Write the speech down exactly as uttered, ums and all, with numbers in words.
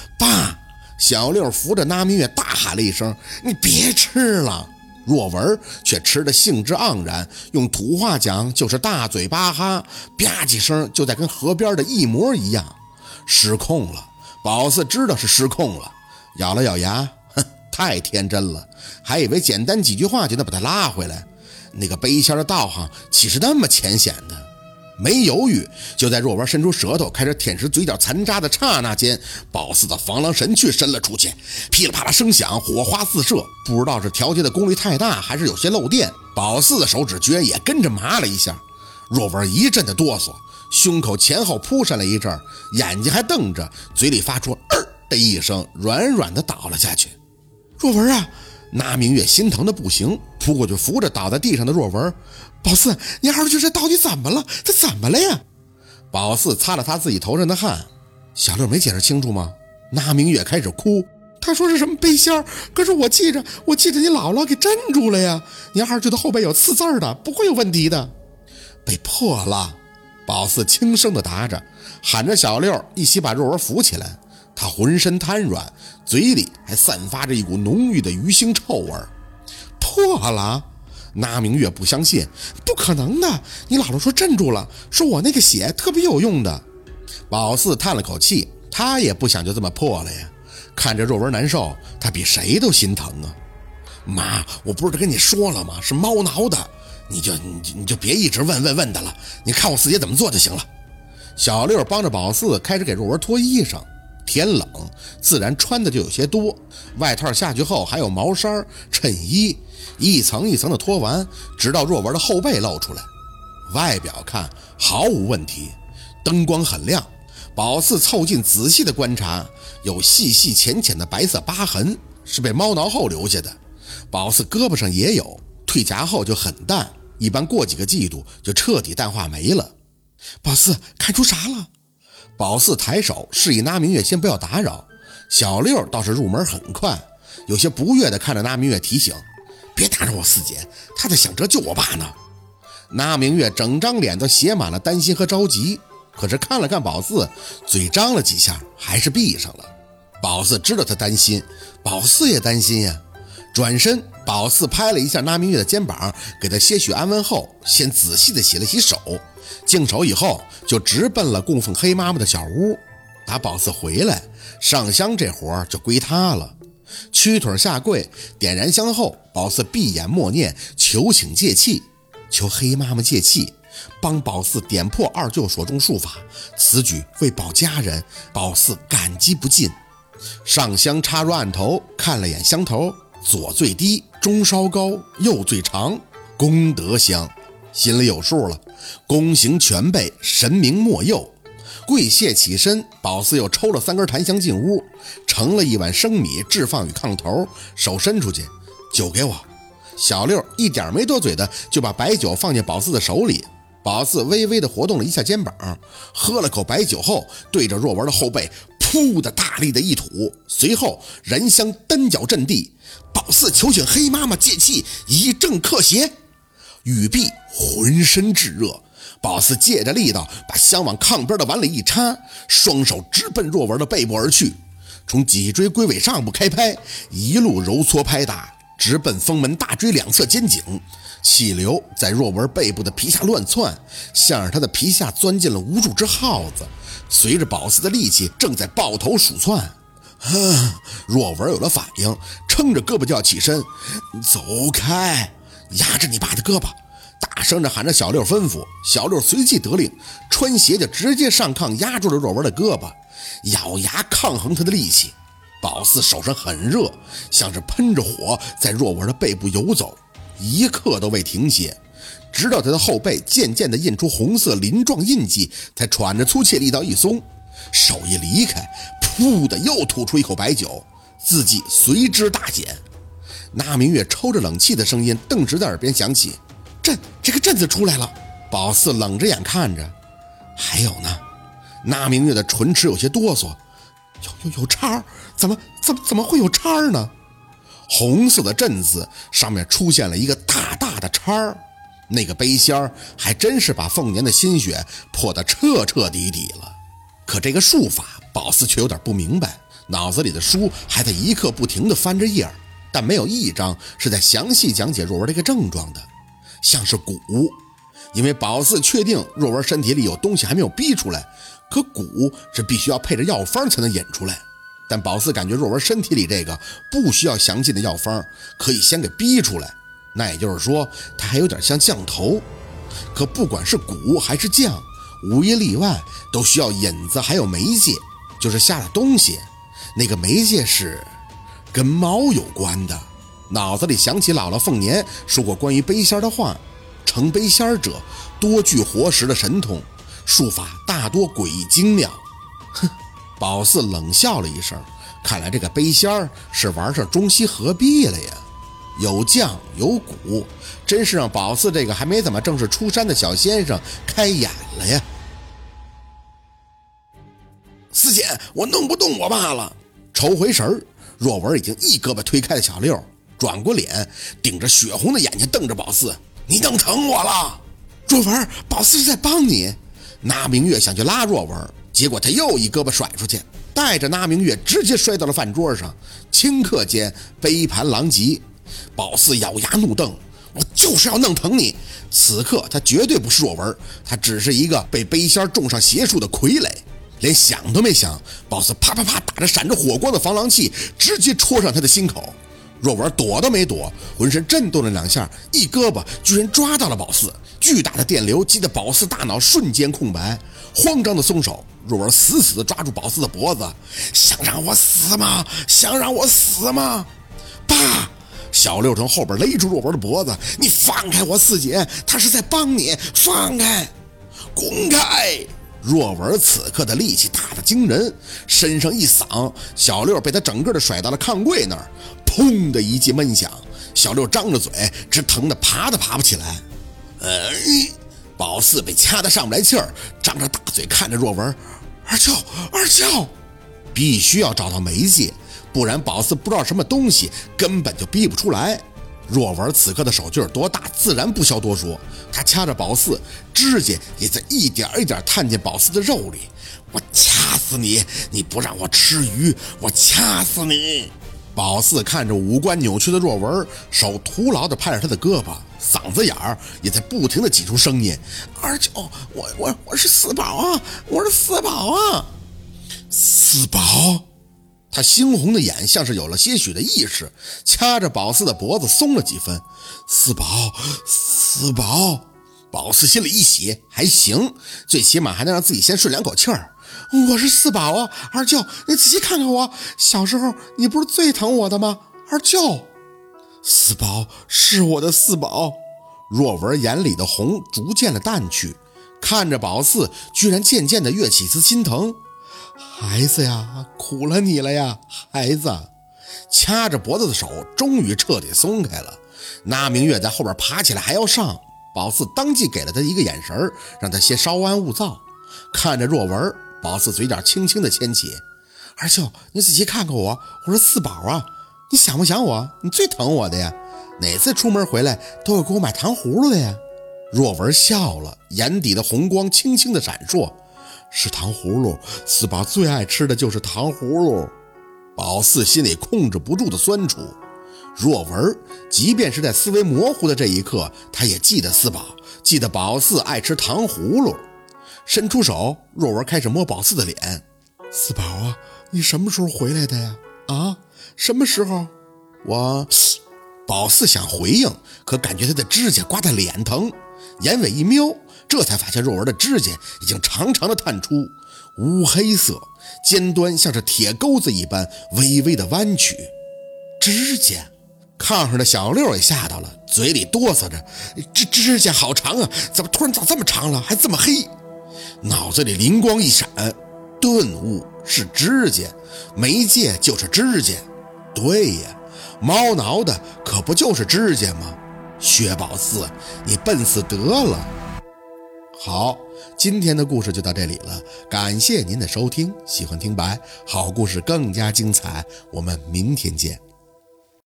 爸！小六扶着那明月大喊了一声：“你别吃了！”若文却吃得兴致盎然，用土话讲就是大嘴巴哈，吧几声就在跟河边的一模一样。失控了，宝四知道是失控了，咬了咬牙，哼，太天真了，还以为简单几句话就能把他拉回来。那个背仙的道行岂是那么浅显的？没犹豫，就在若文伸出舌头开始舔食嘴角残渣的刹那间，宝四的防狼神去伸了出去，噼里啪啦声响，火花四射。不知道是调节的功率太大，还是有些漏电，宝四的手指居然也跟着麻了一下。若文一阵的哆嗦，胸口前后扑闪了一阵，眼睛还瞪着，嘴里发出儿的一声，软软的倒了下去。若文啊！那明月心疼的不行，扑过去扶着倒在地上的若文。宝四，你二舅这到底怎么了？他怎么了呀？宝四擦了擦自己头上的汗。小六没解释清楚吗？那明月开始哭，他说是什么背仙，可是我记着我记着你姥姥给镇住了呀，你二舅的后背有刺字的，不会有问题的。被破了，宝四轻声的答着，喊着小六一起把若文扶起来。他浑身瘫软，嘴里还散发着一股浓郁的鱼腥臭味。破了？那明月不相信，不可能的，你姥姥说镇住了，说我那个血特别有用的。宝四叹了口气，他也不想就这么破了呀。看着若文难受，他比谁都心疼啊。妈，我不是跟你说了吗？是猫挠的，你就你就你就别一直问问问的了，你看我四姐怎么做就行了。小六帮着宝四开始给若文脱衣裳。天冷，自然穿的就有些多，外套下去后还有毛衫、衬衣，一层一层的脱完，直到若文的后背露出来。外表看毫无问题，灯光很亮，宝四凑近仔细的观察，有细细浅浅的白色疤痕，是被猫挠后留下的。宝四胳膊上也有，褪痂后就很淡，一般过几个季度就彻底淡化没了。宝四，看出啥了？宝四抬手示意那明月先不要打扰，小六倒是入门很快，有些不悦地看着那明月提醒：“别打扰我四姐，她在想着救我爸呢。”那明月整张脸都写满了担心和着急，可是看了看宝四，嘴张了几下，还是闭上了。宝四知道他担心，宝四也担心呀。转身，宝四拍了一下那明月的肩膀，给他些许安慰后，先仔细地洗了洗手。净手以后，就直奔了供奉黑妈妈的小屋。打宝四回来，上香这活就归他了。屈腿下跪，点燃香后，宝四闭眼默念，求请借气，求黑妈妈借气，帮宝四点破二舅所中术法。此举为保家人，宝四感激不尽。上香插入案头，看了眼香头，左最低，中稍高，右最长，功德香。心里有数了，功行全备，神明莫佑。跪谢起身，宝四又抽了三根檀香进屋，盛了一碗生米置放于炕头，手伸出去，酒给我。小六一点没多嘴的就把白酒放进宝四的手里。宝四微微的活动了一下肩膀，喝了口白酒后，对着若文的后背噗的大力的一吐，随后燃香单脚阵地。宝四求请黑妈妈借气，以正克邪。语毕，浑身炙热，宝四借着力道把香往炕边的碗里一插，双手直奔若文的背部而去，从脊椎龟尾上部开拍，一路揉搓拍打，直奔风门大椎两侧肩颈，气流在若文背部的皮下乱窜，像是他的皮下钻进了无数只耗子，随着宝四的力气正在抱头鼠窜。啊！若文有了反应，撑着胳膊就要起身，走开，压着你爸的胳膊，大声着喊着小六吩咐。小六随即得令，穿鞋就直接上炕压住了若文的胳膊，咬牙抗衡他的力气。宝四手上很热，像是喷着火在若文的背部游走，一刻都未停歇，直到他的后背渐渐地印出红色鳞状印记，才喘着粗气，力道一松，手一离开，噗的又吐出一口白酒，字迹随之大减。那明月抽着冷气的声音顿时在耳边响起：“朕，这个朕字出来了。”宝四冷着眼看着。还有呢？那明月的唇齿有些哆嗦。有有有叉，怎么怎么怎么会有叉呢？红色的镇字上面出现了一个大大的叉，那个背仙儿还真是把凤年的心血破得彻彻底底了。可这个术法，宝四却有点不明白， 脑子里的书还在一刻不停地翻着页，但没有一章是在详细讲解若文这个症状的，像是蛊。因为宝四确定若文身体里有东西还没有逼出来，可蛊是必须要配着药方才能引出来。但宝四感觉若文身体里这个不需要详尽的药方，可以先给逼出来，那也就是说它还有点像降头。可不管是蛊还是降，无一例外都需要引子还有媒介，就是下的东西。那个媒介是跟猫有关的。脑子里想起姥姥凤年说过关于杯仙的话，成杯仙者多具活石的神通，术法大多诡异精妙。哼，宝四冷笑了一声，看来这个杯仙是玩上中西合璧了呀，有降有蛊，真是让宝四这个还没怎么正式出山的小先生开眼了呀。四姐，我弄不动我爸了。抽回神儿，若文已经一胳膊推开了小六，转过脸，顶着血红的眼睛瞪着宝四：“你弄疼我了！”若文，宝四是在帮你。那明月想去拉若文，结果他又一胳膊甩出去，带着那明月直接摔到了饭桌上，顷刻间杯盘狼藉。宝四咬牙怒瞪：“我就是要弄疼你！”此刻他绝对不是若文，他只是一个被杯仙种上邪术的傀儡。连想都没想，宝四啪啪啪打着闪着火光的防狼器，直接戳上他的心口。若文躲都没躲，浑身震动了两下，一胳膊居然抓到了宝四。巨大的电流击得宝四大脑瞬间空白，慌张的松手。若文死死地抓住宝四的脖子：“想让我死吗？想让我死吗？”爸！小六从后边勒住若文的脖子：“你放开我，四姐，他是在帮你，放开！滚开！”若文此刻的力气大得惊人，身上一扫，小六被他整个的甩到了炕柜那儿，砰的一记闷响，小六张着嘴，直疼得爬都爬不起来。呃，宝四被掐得上不来气儿，张着大嘴看着若文：“二舅，二舅！”必须要找到媒介，不然宝四不知道什么东西，根本就逼不出来。若文此刻的手劲儿多大，自然不消多说。他掐着宝四，指甲也在一点一点探进宝四的肉里。“我掐死你！你不让我吃鱼，我掐死你！”宝四看着五官扭曲的若文，手徒劳地拍着他的胳膊，嗓子眼儿也在不停地挤出声音：“二舅，我我我是四宝啊，我是四宝啊！”四宝。他猩红的眼像是有了些许的意识，掐着宝四的脖子松了几分。“四宝，四宝！”宝四心里一喜，还行，最起码还能让自己先顺两口气儿。“我是四宝啊，二舅，你仔细看看我，小时候你不是最疼我的吗？二舅。”“四宝是我的四宝。”若文眼里的红逐渐的淡去，看着宝四，居然渐渐的跃起丝心疼。“孩子呀，苦了你了呀，孩子！”掐着脖子的手终于彻底松开了。那明月在后边爬起来还要上，宝四当即给了他一个眼神，让他先稍安勿躁。看着若文，宝四嘴角轻轻的牵起：“二舅，你仔细看看我，我是四宝啊，你想不想我？你最疼我的呀，哪次出门回来都有给我买糖葫芦的呀。”若文笑了，眼底的红光轻轻的闪烁：“是糖葫芦，四宝最爱吃的就是糖葫芦。”宝四心里控制不住的酸楚。若文即便是在思维模糊的这一刻，他也记得四宝，记得宝四爱吃糖葫芦。伸出手，若文开始摸宝四的脸：“四宝啊，你什么时候回来的呀？啊，什么时候？”我……宝四想回应，可感觉他的指甲刮得脸疼，眼尾一瞄，这才发现若文的指甲已经长长的探出，乌黑色，尖端像是铁钩子一般微微的弯曲。指甲！炕上的小六也吓到了，嘴里哆嗦着：“指指甲好长啊，怎么突然长这么长了，还这么黑？”脑子里灵光一闪，顿悟是指甲，媒介就是指甲。对呀，猫挠的可不就是指甲吗？薛宝四，你笨死得了！好，今天的故事就到这里了，感谢您的收听，喜欢听白，好故事更加精彩，我们明天见。